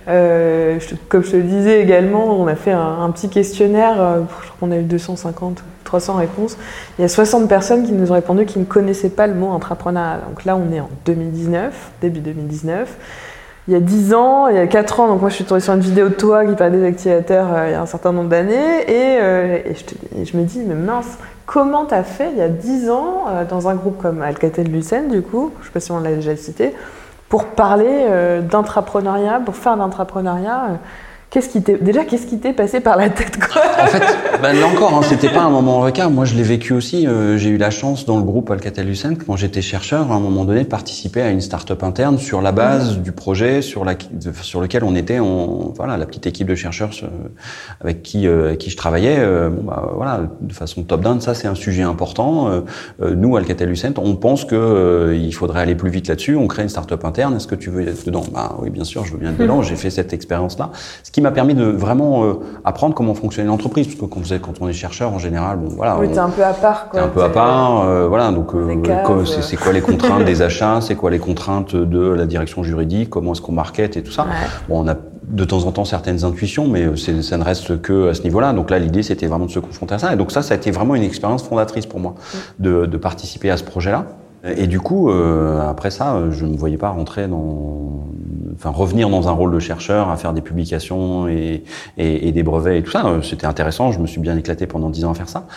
comme je te le disais également, on a fait un petit questionnaire, je crois qu'on a eu 250, 300 réponses. Il y a 60 personnes qui nous ont répondu qui ne connaissaient pas le mot intrapreneuriat. Donc là, on est en 2019, début 2019. Il y a 10 ans, il y a 4 ans, donc moi je suis tombée sur une vidéo de toi qui parlait des activateurs il y a un certain nombre d'années, et je me dis, mais mince, comment t'as fait il y a 10 ans, dans un groupe comme Alcatel-Lucent, du coup, je ne sais pas si on l'a déjà cité, pour parler d'intrapreneuriat, pour faire d'intrapreneuriat Qu'est-ce qui t'est passé par la tête, quoi? En fait, là encore, c'était pas un moment requin. Moi, je l'ai vécu aussi. J'ai eu la chance dans le groupe Alcatel-Lucent, quand j'étais chercheur, à un moment donné, de participer à une start-up interne sur la base du projet sur lequel on était, la petite équipe de chercheurs avec qui je travaillais. De façon top-down, ça c'est un sujet important. Nous, Alcatel-Lucent, on pense que il faudrait aller plus vite là-dessus. On crée une start-up interne. Est-ce que tu veux être dedans? Oui, bien sûr, je veux bien être dedans. J'ai fait cette expérience-là. Ce qui m'a permis de vraiment apprendre comment fonctionnait l'entreprise, parce que quand on est chercheur en général, oui, t'es un peu à part, quoi. T'es un peu à part, donc c'est quoi les contraintes des achats, c'est quoi les contraintes de la direction juridique, comment est-ce qu'on market et tout ça. Ouais. Bon, on a de temps en temps certaines intuitions, mais ça ne reste que à ce niveau-là. Donc là, l'idée, c'était vraiment de se confronter à ça. Et donc ça a été vraiment une expérience fondatrice pour moi de participer à ce projet-là. Et du coup, après ça, je ne me voyais pas revenir dans un rôle de chercheur, à faire des publications et des brevets et tout ça. C'était intéressant, je me suis bien éclaté pendant 10 ans à faire ça.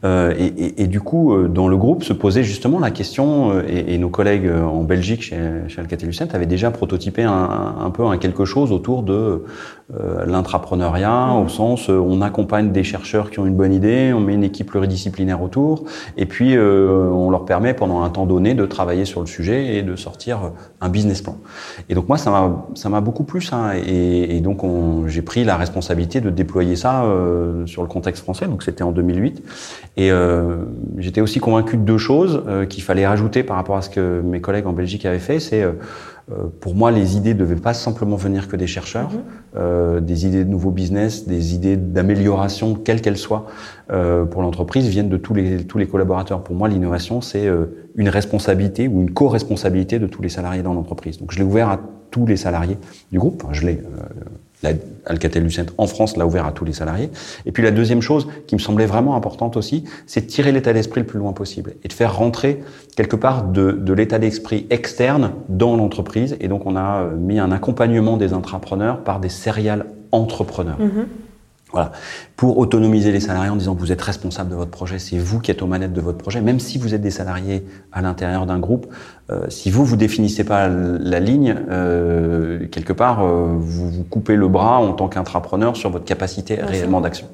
Et du coup, dans le groupe, se posait justement la question, et nos collègues en Belgique, chez Alcatel-Lucent, avaient déjà prototypé un peu quelque chose autour de l'intrapreneuriat, au sens on accompagne des chercheurs qui ont une bonne idée, on met une équipe pluridisciplinaire autour, et puis on leur permet pendant un temps donné de travailler sur le sujet et de sortir un business plan. Et donc moi, ça m'a beaucoup plu ça, et donc j'ai pris la responsabilité de déployer ça sur le contexte français. Donc c'était en 2008, et j'étais aussi convaincu de deux choses qu'il fallait rajouter par rapport à ce que mes collègues en Belgique avaient fait. C'est pour moi, les idées ne devaient pas simplement venir que des chercheurs, des idées de nouveaux business, des idées d'amélioration, quelles qu'elles soient, pour l'entreprise, viennent de tous les collaborateurs. Pour moi, l'innovation, c'est une responsabilité ou une co-responsabilité de tous les salariés dans l'entreprise. Donc, je l'ai ouvert à tous les salariés du groupe. Enfin, je l'ai Alcatel-Lucent en France l'a ouvert à tous les salariés. Et puis la deuxième chose qui me semblait vraiment importante aussi, c'est de tirer l'état d'esprit le plus loin possible et de faire rentrer quelque part de l'état d'esprit externe dans l'entreprise. Et donc on a mis un accompagnement des intrapreneurs par des serial entrepreneurs. Voilà, pour autonomiser les salariés en disant que vous êtes responsable de votre projet, c'est vous qui êtes aux manettes de votre projet, même si vous êtes des salariés à l'intérieur d'un groupe, si vous définissez pas la ligne, quelque part, vous coupez le bras en tant qu'intrapreneur sur votre capacité réellement d'action.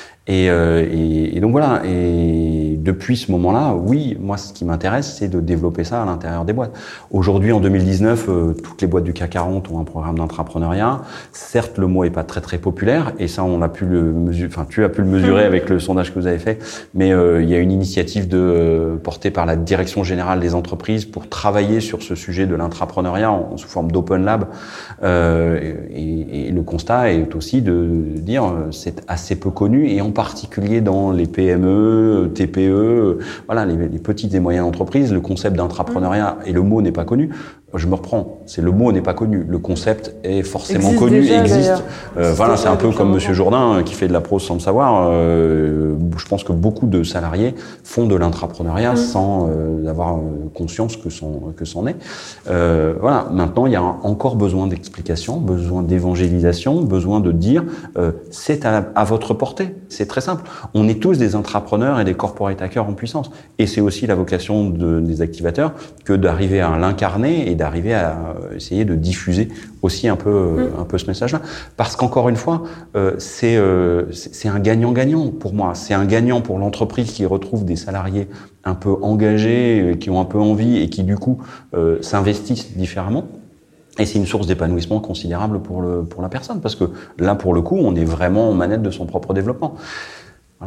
Et donc voilà, et depuis ce moment-là, oui, moi ce qui m'intéresse, c'est de développer ça à l'intérieur des boîtes. Aujourd'hui, en 2019, toutes les boîtes du CAC 40 ont un programme d'intrapreneuriat. Certes, le mot est pas très très populaire, et ça on a pu le mesurer, enfin tu as pu le mesurer avec le sondage que vous avez fait, mais il y a une initiative portée par la Direction Générale des Entreprises pour travailler sur ce sujet de l'intrapreneuriat sous forme d'open lab, et le constat est aussi de dire c'est assez peu connu, et en particulier dans les PME, TPE, les petites et moyennes entreprises, le concept d'intrapreneuriat et le mot n'est pas connu. Je me reprends, c'est le mot n'est pas connu, le concept est forcément connu, existe. C'est un peu comme Monsieur Jourdain qui fait de la prose sans le savoir. Je pense que beaucoup de salariés font de l'intrapreneuriat sans avoir conscience que c'en est. Maintenant il y a encore besoin d'explication, besoin d'évangélisation, besoin de dire c'est à votre portée. C'est très simple. On est tous des intrapreneurs et des corporate hackers en puissance. Et c'est aussi la vocation des activateurs que d'arriver à l'incarner et d'arriver à essayer de diffuser aussi un peu ce message-là. Parce qu'encore une fois, c'est un gagnant-gagnant pour moi. C'est un gagnant pour l'entreprise qui retrouve des salariés un peu engagés, qui ont un peu envie et qui du coup s'investissent différemment. Et c'est une source d'épanouissement considérable pour la personne, parce que là, pour le coup, on est vraiment en manette de son propre développement. Voilà.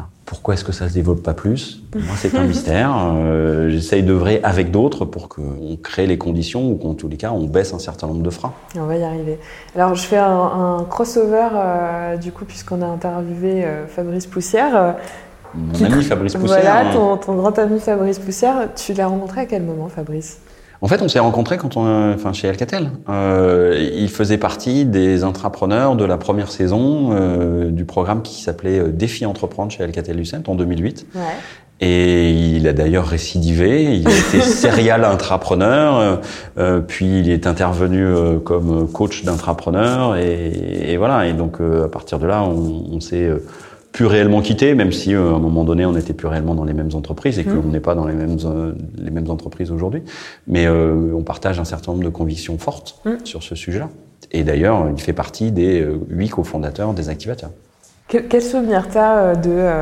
Pourquoi est-ce que ça se développe pas plus? Pour moi, c'est un mystère. J'essaye d'œuvrer avec d'autres pour qu'on crée les conditions ou qu'en tous les cas, on baisse un certain nombre de freins. On va y arriver. Alors, je fais un crossover, du coup, puisqu'on a interviewé Fabrice Poussière. Mon ami Fabrice Poussière. Voilà, ton grand ami Fabrice Poussière. Tu l'as rencontré à quel moment, Fabrice? En fait, on s'est rencontrés chez Alcatel. Il faisait partie des intrapreneurs de la première saison du programme qui s'appelait Défi Entreprendre chez Alcatel-Lucent en 2008. Ouais. Et il a d'ailleurs récidivé, il a été serial intrapreneur, puis il est intervenu comme coach d'intrapreneur et voilà. Et donc à partir de là, on s'est plus réellement quitté, même si à un moment donné on n'était plus réellement dans les mêmes entreprises et qu'on n'est pas dans les mêmes entreprises aujourd'hui. Mais on partage un certain nombre de convictions fortes sur ce sujet-là. Et d'ailleurs, il fait partie des 8 cofondateurs des Activateurs. Quel souvenir t'as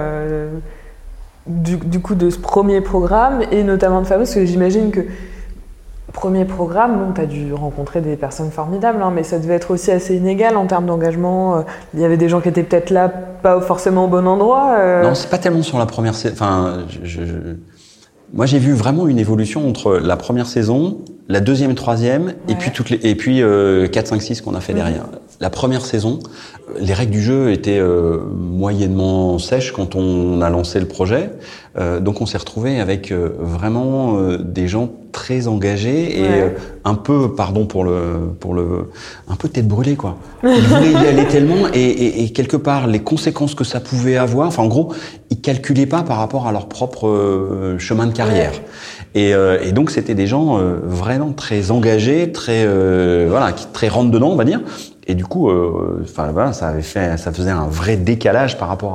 du coup de ce premier programme et notamment de Fabrice, parce que j'imagine que premier programme, bon, tu as dû rencontrer des personnes formidables, hein, mais ça devait être aussi assez inégal en termes d'engagement. Il y avait des gens qui étaient peut-être là, pas forcément au bon endroit. Non, c'est pas tellement sur la première saison. Enfin, moi, j'ai vu vraiment une évolution entre la première saison, la deuxième et troisième, et puis 4, 5, 6 qu'on a fait derrière. La première saison, les règles du jeu étaient moyennement sèches quand on a lancé le projet. Donc on s'est retrouvé avec vraiment des gens très engagés et un peu, pardon pour le, un peu tête brûlée quoi. Ils voulaient y aller tellement et quelque part les conséquences que ça pouvait avoir. Enfin en gros, ils calculaient pas par rapport à leur propre chemin de carrière. Et donc c'était des gens vraiment très engagés, très très rentre dedans on va dire. Et du coup, ça faisait un vrai décalage par rapport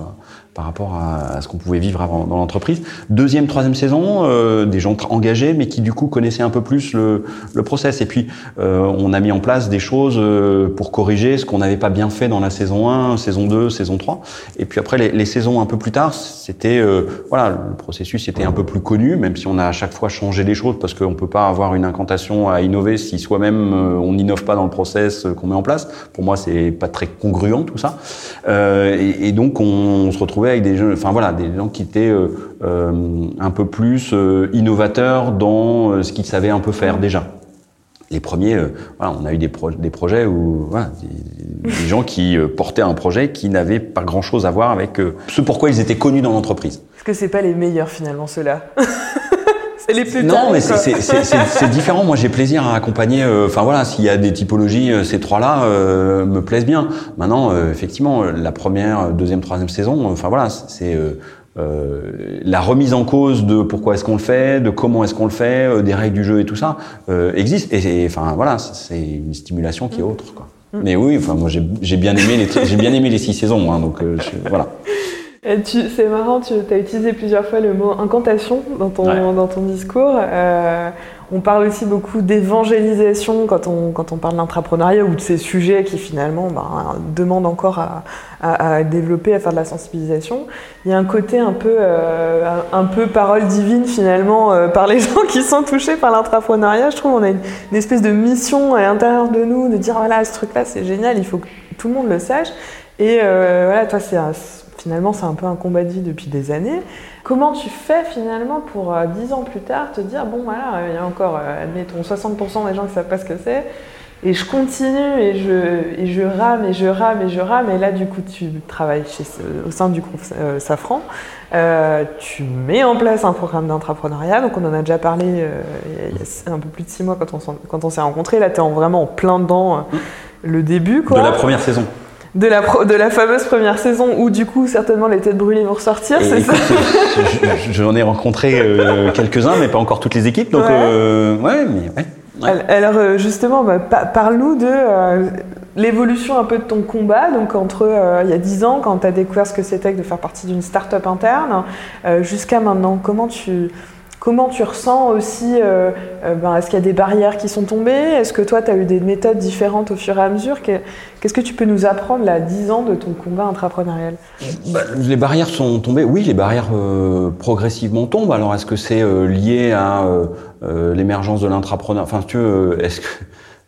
à ce qu'on pouvait vivre avant dans l'entreprise. Deuxième, troisième saison, des gens engagés, mais qui du coup connaissaient un peu plus le process. Et puis, on a mis en place des choses pour corriger ce qu'on n'avait pas bien fait dans la saison 1, saison 2, saison 3. Et puis après, les saisons un peu plus tard, c'était le processus était un peu plus connu, même si on a à chaque fois changé les choses, parce qu'on peut pas avoir une incantation à innover si soi-même on n'innove pas dans le process qu'on met en place. Pour moi, c'est pas très congruent tout ça. Et donc, on se retrouvait avec des gens qui étaient un peu plus innovateurs dans ce qu'ils savaient un peu faire déjà. Les premiers, on a eu des projets où des gens qui portaient un projet qui n'avait pas grand-chose à voir avec ce pourquoi ils étaient connus dans l'entreprise. Est-ce que c'est pas les meilleurs finalement ceux-là? C'est les plus non, mais c'est différent. Moi, j'ai plaisir à accompagner. S'il y a des typologies, ces trois-là me plaisent bien. Maintenant, effectivement, la première, deuxième, troisième saison, c'est la remise en cause de pourquoi est-ce qu'on le fait, de comment est-ce qu'on le fait, des règles du jeu et tout ça existe. Et c'est une stimulation qui est autre, quoi. Mais oui, moi, j'ai bien aimé les 6 saisons, moi. Donc voilà. C'est marrant, tu as utilisé plusieurs fois le mot incantation dans ton discours. On parle aussi beaucoup d'évangélisation quand on parle d'intrapreneuriat ou de ces sujets qui finalement demandent encore à développer, à faire de la sensibilisation. Il y a un côté un peu parole divine finalement par les gens qui sont touchés par l'intrapreneuriat. Je trouve qu'on a une espèce de mission à l'intérieur de nous de dire voilà, ce truc-là c'est génial, il faut que tout le monde le sache. Et toi finalement, c'est un peu un combat de vie depuis des années. Comment tu fais finalement pour 10 ans plus tard te dire bon voilà, il y a encore, admettons, 60% des gens qui ne savent pas ce que c'est, et je continue et je rame et je rame et je rame, et là du coup tu travailles au sein du groupe Safran, tu mets en place un programme d'intrapreneuriat, donc on en a déjà parlé il y a un peu plus de 6 mois quand on s'est rencontrés. Là tu es vraiment en plein dedans, le début quoi. De la première saison. De la fameuse première saison où du coup certainement les têtes brûlées vont ressortir, c'est ça? J'en ai rencontré quelques-uns, mais pas encore toutes les équipes, donc ouais. Alors justement, parle-nous de l'évolution un peu de ton combat, donc entre il y a 10 ans quand tu as découvert ce que c'était que de faire partie d'une start-up interne, jusqu'à maintenant. Comment tu ressens aussi, est-ce qu'il y a des barrières qui sont tombées? Est-ce que toi, tu as eu des méthodes différentes au fur et à mesure? Qu'est-ce que tu peux nous apprendre là, 10 ans de ton combat intrapreneurial? Les barrières sont tombées. Oui, les barrières progressivement tombent. Alors, est-ce que c'est lié à l'émergence de l'intrapreneur? Enfin, si tu veux, est-ce que...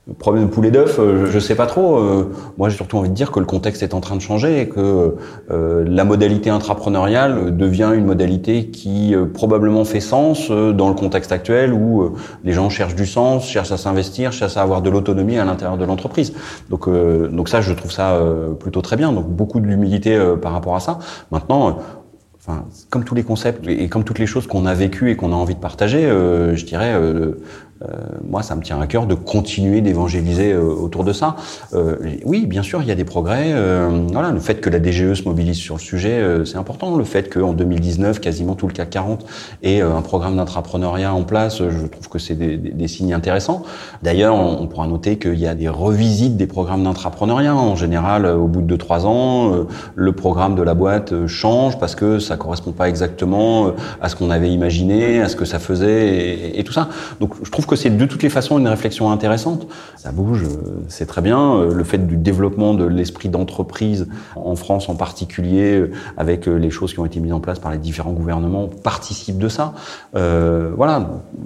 problème de poulet d'œuf, je sais pas trop. Moi, j'ai surtout envie de dire que le contexte est en train de changer et que la modalité intrapreneuriale devient une modalité qui probablement fait sens dans le contexte actuel où les gens cherchent du sens, cherchent à s'investir, cherchent à avoir de l'autonomie à l'intérieur de l'entreprise. Donc ça, je trouve ça plutôt très bien. Donc beaucoup de l'humilité par rapport à ça. Maintenant, comme tous les concepts et comme toutes les choses qu'on a vécues et qu'on a envie de partager, je dirais, moi, ça me tient à cœur de continuer d'évangéliser autour de ça. Oui, bien sûr, il y a des progrès. Voilà, le fait que la DGE se mobilise sur le sujet, c'est important. Le fait qu'en 2019, quasiment tout le CAC 40 ait un programme d'intrapreneuriat en place, je trouve que c'est des signes intéressants. D'ailleurs, on pourra noter qu'il y a des revisites des programmes d'intrapreneuriat. En général, au bout de 2-3 ans, le programme de la boîte change parce que ça correspond pas exactement à ce qu'on avait imaginé, à ce que ça faisait et tout ça. Donc, je trouve que c'est de toutes les façons une réflexion intéressante. Ça bouge, c'est très bien. Le fait du développement de l'esprit d'entreprise en France en particulier, avec les choses qui ont été mises en place par les différents gouvernements, participe de ça. Voilà.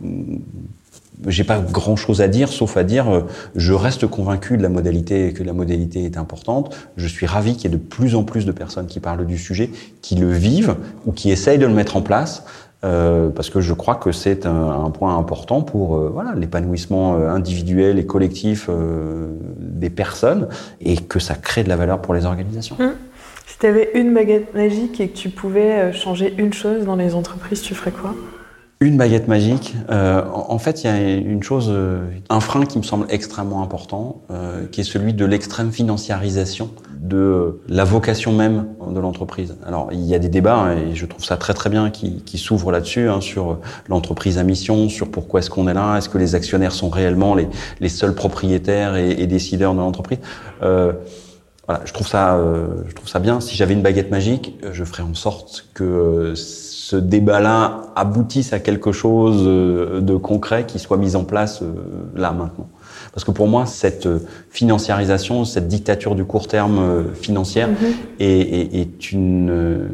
J'ai pas grand chose à dire, sauf à dire, je reste convaincu de la modalité, que la modalité est importante. Je suis ravi qu'il y ait de plus en plus de personnes qui parlent du sujet, qui le vivent ou qui essayent de le mettre en place. Parce que je crois que c'est un point important pour l'épanouissement individuel et collectif des personnes et que ça crée de la valeur pour les organisations. Si tu avais une baguette magique et que tu pouvais changer une chose dans les entreprises, tu ferais quoi ? Une baguette magique. En fait, il y a une chose, un frein qui me semble extrêmement important, qui est celui de l'extrême financiarisation de la vocation même de l'entreprise. Alors, il y a des débats, et je trouve ça très très bien, qui s'ouvrent là-dessus, sur l'entreprise à mission, sur pourquoi est-ce qu'on est là, est-ce que les actionnaires sont réellement les seuls propriétaires et décideurs de l'entreprise. Voilà, je trouve ça bien. Si j'avais une baguette magique, je ferais en sorte que ce débat-là aboutisse à quelque chose de concret qui soit mis en place là, maintenant. Parce que pour moi, cette financiarisation, cette dictature du court terme financière est une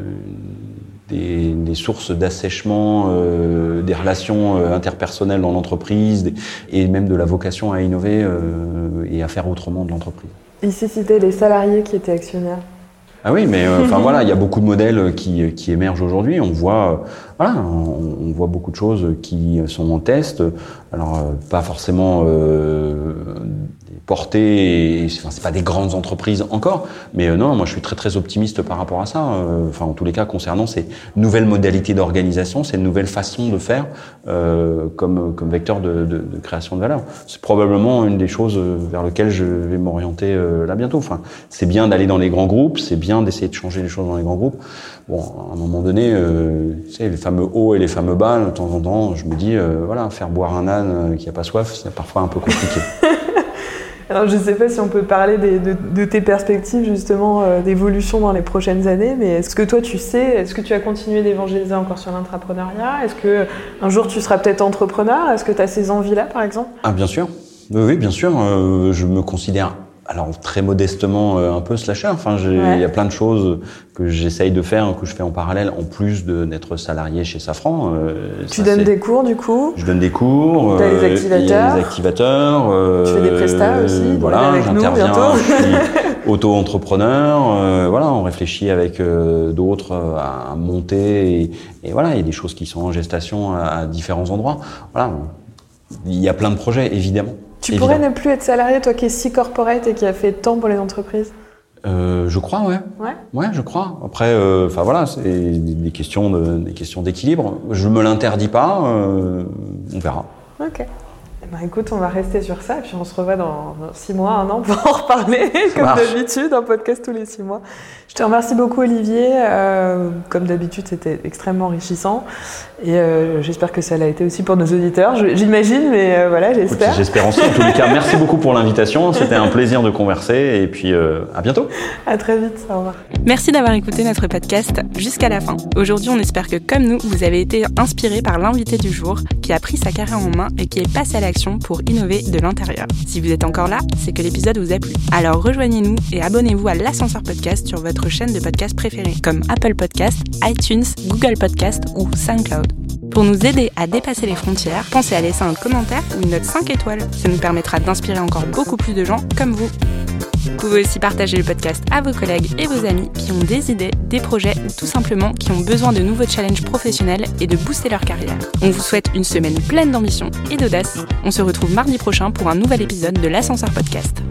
des sources d'assèchement des relations interpersonnelles dans l'entreprise et même de la vocation à innover et à faire autrement de l'entreprise. Ici, c'était les salariés qui étaient actionnaires. Ah oui, mais voilà, il y a beaucoup de modèles qui émergent aujourd'hui. On voit beaucoup de choses qui sont en test. Alors pas forcément portées, c'est pas des grandes entreprises encore, mais non, moi je suis très très optimiste par rapport à ça. En tous les cas concernant ces nouvelles modalités d'organisation, ces nouvelles façons de faire comme vecteur de création de valeur. C'est probablement une des choses vers lesquelles je vais m'orienter là bientôt. Enfin, c'est bien d'aller dans les grands groupes, c'est bien d'essayer de changer les choses dans les grands groupes. Bon, à un moment donné, tu sais, les fameux hauts et les fameux bas, de temps en temps, je me dis, faire boire un âne qui a pas soif, c'est parfois un peu compliqué. Alors, je ne sais pas si on peut parler de tes perspectives, justement, d'évolution dans les prochaines années, mais est-ce que toi, est-ce que tu vas continuer d'évangéliser encore sur l'intrapreneuriat ? Est-ce qu'un jour, tu seras peut-être entrepreneur ? Est-ce que tu as ces envies-là, par exemple ? Ah, bien sûr. Oui, bien sûr. Je me considère... Alors très modestement un peu slasher, il y a plein de choses que j'essaye de faire, que je fais en parallèle, en plus d'être salarié chez Safran. Tu donnes des cours du coup ? Je donne des cours. T'as les activateurs. Il y a les activateurs. Tu fais des prestats aussi. Voilà, j'interviens. Je suis auto-entrepreneur. On réfléchit avec d'autres à monter et voilà, il y a des choses qui sont en gestation à différents endroits. Voilà, il y a plein de projets évidemment. Tu pourrais ne plus être salarié, toi qui es si corporate et qui a fait tant pour les entreprises ? Je crois, ouais. Ouais, je crois. Après, c'est des questions d'équilibre. Je me l'interdis pas. On verra. Ok. Écoute, on va rester sur ça et puis on se revoit dans 6 mois, 1 an pour en reparler, comme d'habitude, un podcast tous les 6 mois. Je te remercie beaucoup, Olivier. Comme d'habitude, c'était extrêmement enrichissant et j'espère que ça l'a été aussi pour nos auditeurs. J'imagine, mais voilà, j'espère. Écoute, j'espère aussi. En tous les cas, merci beaucoup pour l'invitation. C'était un plaisir de converser et puis à bientôt. À très vite. Au revoir. Merci d'avoir écouté notre podcast jusqu'à la fin. Aujourd'hui, on espère que, comme nous, vous avez été inspirés par l'invité du jour qui a pris sa carrière en main et qui est passé à l'action pour innover de l'intérieur. Si vous êtes encore là, c'est que l'épisode vous a plu. Alors rejoignez-nous et abonnez-vous à l'Ascenseur Podcast sur votre chaîne de podcast préférée, comme Apple Podcast, iTunes, Google Podcast ou SoundCloud. Pour nous aider à dépasser les frontières, pensez à laisser un commentaire ou une note 5 étoiles. Ça nous permettra d'inspirer encore beaucoup plus de gens comme vous. Vous pouvez aussi partager le podcast à vos collègues et vos amis qui ont des idées, des projets ou tout simplement qui ont besoin de nouveaux challenges professionnels et de booster leur carrière. On vous souhaite une semaine pleine d'ambition et d'audace. On se retrouve mardi prochain pour un nouvel épisode de l'Ascenseur Podcast.